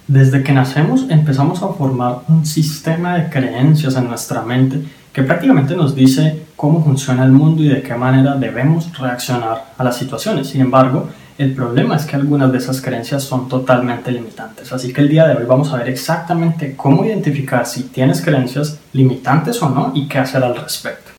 Desde que nacemos empezamos a formar un sistema de creencias en nuestra mente que prácticamente nos dice cómo funciona el mundo y de qué manera debemos reaccionar a las situaciones. Sin embargo, el problema es que algunas de esas creencias son totalmente limitantes. Así que el día de hoy vamos a ver exactamente cómo identificar si tienes creencias limitantes o no y qué hacer al respecto.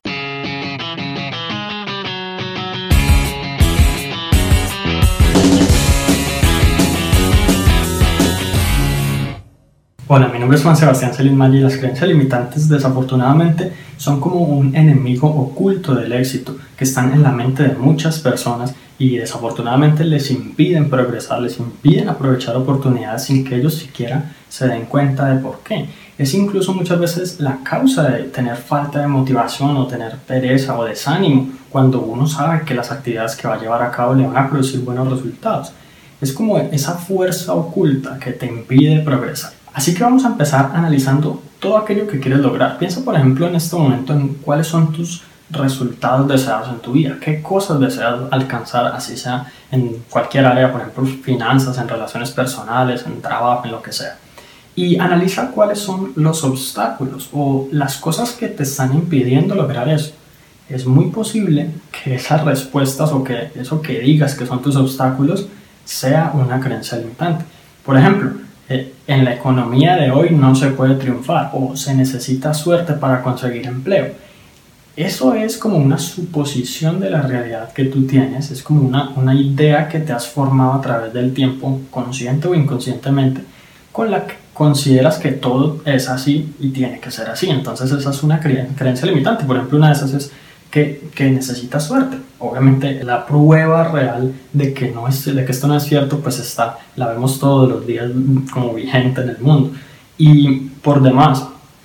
Hola, mi nombre es Juan Sebastián Celis Maya y las creencias limitantes desafortunadamente son como un enemigo oculto del éxito que están en la mente de muchas personas y desafortunadamente les impiden progresar, les impiden aprovechar oportunidades sin que ellos siquiera se den cuenta de por qué. Es incluso muchas veces la causa de tener falta de motivación o tener pereza o desánimo cuando uno sabe que las actividades que va a llevar a cabo le van a producir buenos resultados. Es como esa fuerza oculta que te impide progresar. Así que vamos a empezar analizando todo aquello que quieres lograr. Piensa, por ejemplo, en este momento en cuáles son tus resultados deseados en tu vida, qué cosas deseas alcanzar, así sea en cualquier área, por ejemplo, finanzas, en relaciones personales, en trabajo, en lo que sea. Y analiza cuáles son los obstáculos o las cosas que te están impidiendo lograr eso. Es muy posible que esas respuestas o que eso que digas que son tus obstáculos sea una creencia limitante. Por ejemplo, en la economía de hoy no se puede triunfar o se necesita suerte para conseguir empleo. Eso es como una suposición de la realidad que tú tienes, es como una idea que te has formado a través del tiempo, consciente o inconscientemente, con la que consideras que todo es así y tiene que ser así. Entonces esa es una creencia limitante. Por ejemplo, una de esas es que necesitas suerte. Obviamente la prueba real de que esto no es cierto, pues la vemos todos los días como vigente en el mundo. Y por demás,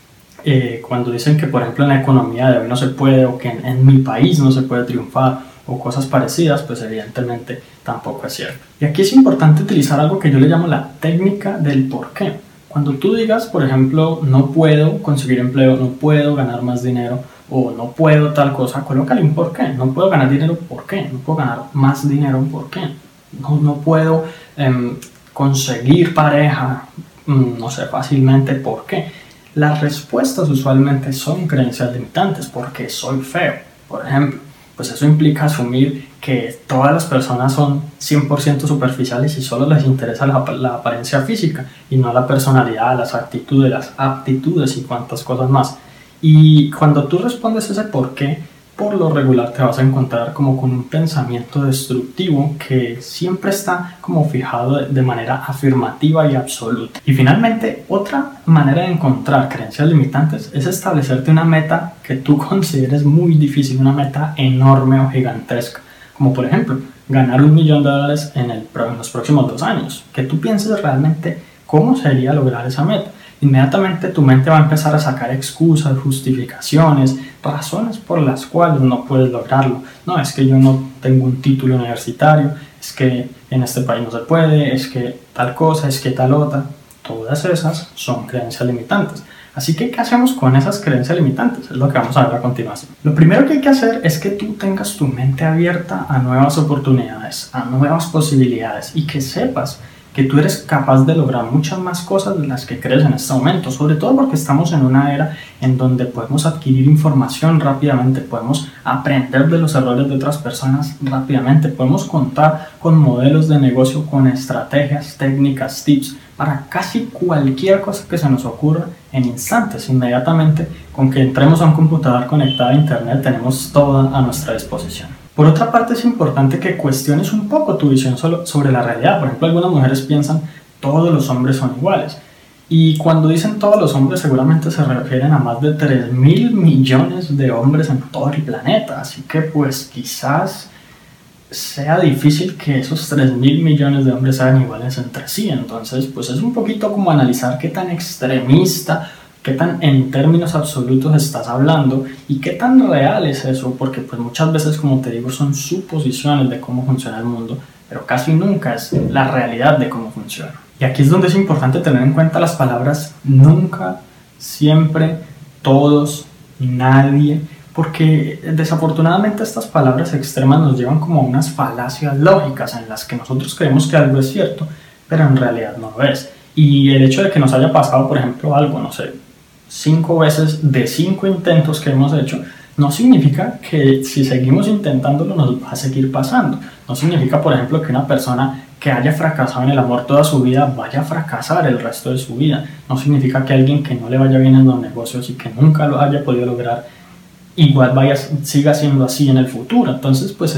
cuando dicen que por ejemplo en la economía de hoy no se puede, o que en mi país no se puede triunfar, o cosas parecidas, pues evidentemente tampoco es cierto. Y aquí es importante utilizar algo que yo le llamo la técnica del por qué. Cuando tú digas, por ejemplo, no puedo conseguir empleo, no puedo ganar más dinero, o no puedo tal cosa, colócale un por qué. No puedo ganar dinero, ¿por qué? No puedo ganar más dinero, ¿por qué? No puedo conseguir pareja, no sé, fácilmente, ¿por qué? Las respuestas usualmente son creencias limitantes, porque soy feo, por ejemplo. Pues eso implica asumir que todas las personas son 100% superficiales y solo les interesa la apariencia física y no la personalidad, las actitudes, las aptitudes y cuantas cosas más. Y cuando tú respondes ese por qué, por lo regular te vas a encontrar como con un pensamiento destructivo que siempre está como fijado de manera afirmativa y absoluta. Y finalmente, otra manera de encontrar creencias limitantes es establecerte una meta que tú consideres muy difícil, una meta enorme o gigantesca, como por ejemplo ganar $1 millón en los próximos 2 años, que tú pienses realmente cómo sería lograr esa meta. Inmediatamente tu mente va a empezar a sacar excusas, justificaciones, razones por las cuales no puedes lograrlo. No, es que yo no tengo un título universitario, es que en este país no se puede, es que tal cosa, es que tal otra. Todas esas son creencias limitantes. Así que, ¿qué hacemos con esas creencias limitantes? Es lo que vamos a ver a continuación. Lo primero que hay que hacer es que tú tengas tu mente abierta a nuevas oportunidades, a nuevas posibilidades y que sepas que tú eres capaz de lograr muchas más cosas de las que crees en este momento, sobre todo porque estamos en una era en donde podemos adquirir información rápidamente, podemos aprender de los errores de otras personas rápidamente, podemos contar con modelos de negocio, con estrategias, técnicas, tips, para casi cualquier cosa que se nos ocurra en instantes, inmediatamente, con que entremos a un computador conectado a internet tenemos toda a nuestra disposición. Por otra parte, es importante que cuestiones un poco tu visión sobre la realidad. Por ejemplo, algunas mujeres piensan todos los hombres son iguales. Y cuando dicen todos los hombres, seguramente se refieren a más de 3.000 millones de hombres en todo el planeta. Así que pues quizás sea difícil que esos 3.000 millones de hombres sean iguales entre sí. Entonces, pues es un poquito como analizar qué tan extremista, qué tan en términos absolutos estás hablando y qué tan real es eso, porque pues muchas veces, como te digo, son suposiciones de cómo funciona el mundo, pero casi nunca es la realidad de cómo funciona. Y aquí es donde es importante tener en cuenta las palabras nunca, siempre, todos, nadie, porque desafortunadamente estas palabras extremas nos llevan como a unas falacias lógicas en las que nosotros creemos que algo es cierto, pero en realidad no lo es. Y el hecho de que nos haya pasado, por ejemplo, algo, no sé, 5 veces de 5 intentos que hemos hecho, no significa que si seguimos intentándolo nos va a seguir pasando. No significa, por ejemplo, que una persona que haya fracasado en el amor toda su vida vaya a fracasar el resto de su vida. No significa que alguien que no le vaya bien en los negocios y que nunca lo haya podido lograr igual siga siendo así en el futuro. Entonces, pues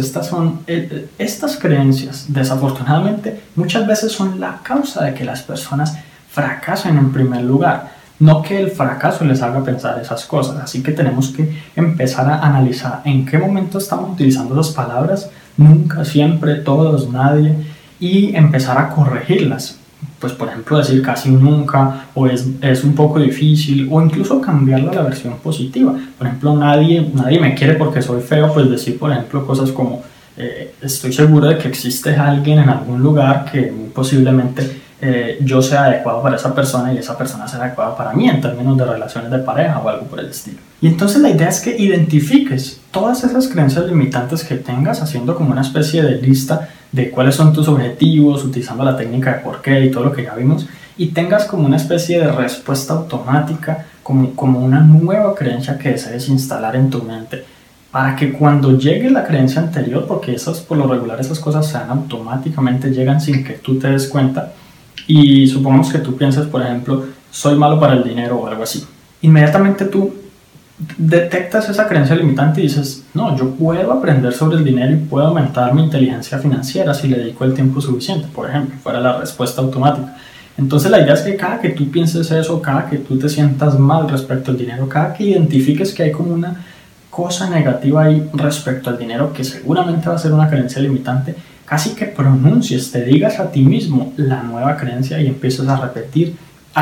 estas creencias, desafortunadamente, muchas veces son la causa de que las personas fracasen en primer lugar. No que el fracaso les haga pensar esas cosas. Así que tenemos que empezar a analizar en qué momento estamos utilizando esas palabras, nunca, siempre, todos, nadie, y empezar a corregirlas. Pues por ejemplo decir casi nunca, o es un poco difícil, o incluso cambiarla a la versión positiva. Por ejemplo, nadie me quiere porque soy feo, pues decir por ejemplo cosas como estoy seguro de que existe alguien en algún lugar que muy posiblemente yo sea adecuado para esa persona y esa persona sea adecuada para mí en términos de relaciones de pareja o algo por el estilo. Y entonces la idea es que identifiques todas esas creencias limitantes que tengas, haciendo como una especie de lista de cuáles son tus objetivos, utilizando la técnica de por qué y todo lo que ya vimos, y tengas como una especie de respuesta automática, como una nueva creencia que desees instalar en tu mente, para que cuando llegue la creencia anterior, porque por lo regular esas cosas automáticamente llegan sin que tú te des cuenta, y supongamos que tú pienses, por ejemplo, soy malo para el dinero o algo así, inmediatamente tú detectas esa creencia limitante y dices, no, yo puedo aprender sobre el dinero y puedo aumentar mi inteligencia financiera si le dedico el tiempo suficiente, por ejemplo, fuera la respuesta automática. Entonces la idea es que cada que tú pienses eso, cada que tú te sientas mal respecto al dinero, cada que identifiques que hay como una cosa negativa ahí respecto al dinero, que seguramente va a ser una creencia limitante, casi que pronuncies, te digas a ti mismo la nueva creencia y empieces a repetir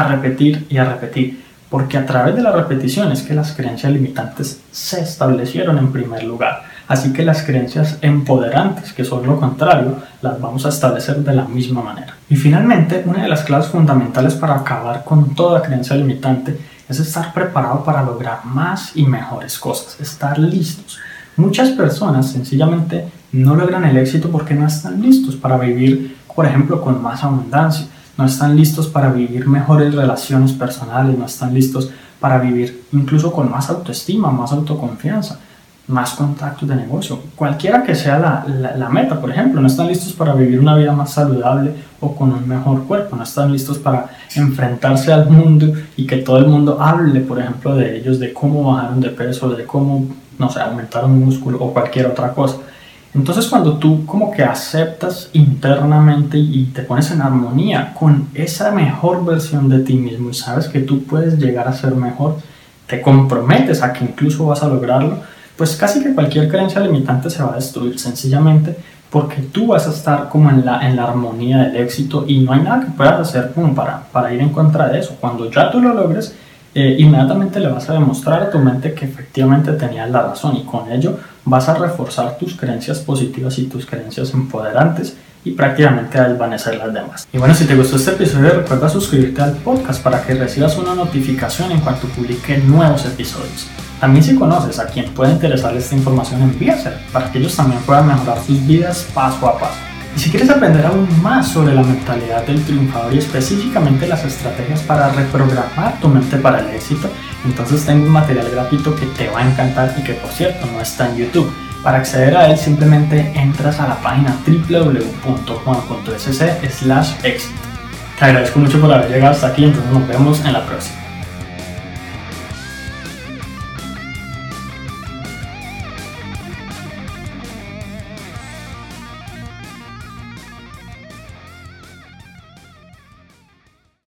y a repetir. Porque a través de la repetición es que las creencias limitantes se establecieron en primer lugar. Así que las creencias empoderantes, que son lo contrario, las vamos a establecer de la misma manera. Y finalmente, una de las claves fundamentales para acabar con toda creencia limitante es estar preparado para lograr más y mejores cosas, estar listos. Muchas personas sencillamente no logran el éxito porque no están listos para vivir, por ejemplo, con más abundancia. No están listos para vivir mejores relaciones personales, no están listos para vivir incluso con más autoestima, más autoconfianza, más contactos de negocio. Cualquiera que sea la meta, por ejemplo, no están listos para vivir una vida más saludable o con un mejor cuerpo, no están listos para enfrentarse al mundo y que todo el mundo hable, por ejemplo, de ellos, de cómo bajaron de peso, de cómo, no sé, aumentaron músculo o cualquier otra cosa. Entonces cuando tú como que aceptas internamente y te pones en armonía con esa mejor versión de ti mismo y sabes que tú puedes llegar a ser mejor, te comprometes a que incluso vas a lograrlo, pues casi que cualquier creencia limitante se va a destruir sencillamente porque tú vas a estar como en la armonía del éxito y no hay nada que puedas hacer como para ir en contra de eso. Cuando ya tú lo logres, inmediatamente le vas a demostrar a tu mente que efectivamente tenías la razón y con ello vas a reforzar tus creencias positivas y tus creencias empoderantes y prácticamente a desvanecer las demás. Y bueno, si te gustó este episodio, recuerda suscribirte al podcast para que recibas una notificación en cuanto publique nuevos episodios. También si conoces a quien pueda interesar esta información, envíasela para que ellos también puedan mejorar sus vidas paso a paso. Y si quieres aprender aún más sobre la mentalidad del triunfador y específicamente las estrategias para reprogramar tu mente para el éxito, entonces tengo un material gratuito que te va a encantar y que por cierto no está en YouTube. Para acceder a él simplemente entras a la página www.juan.sc/éxito. Te agradezco mucho por haber llegado hasta aquí, entonces nos vemos en la próxima.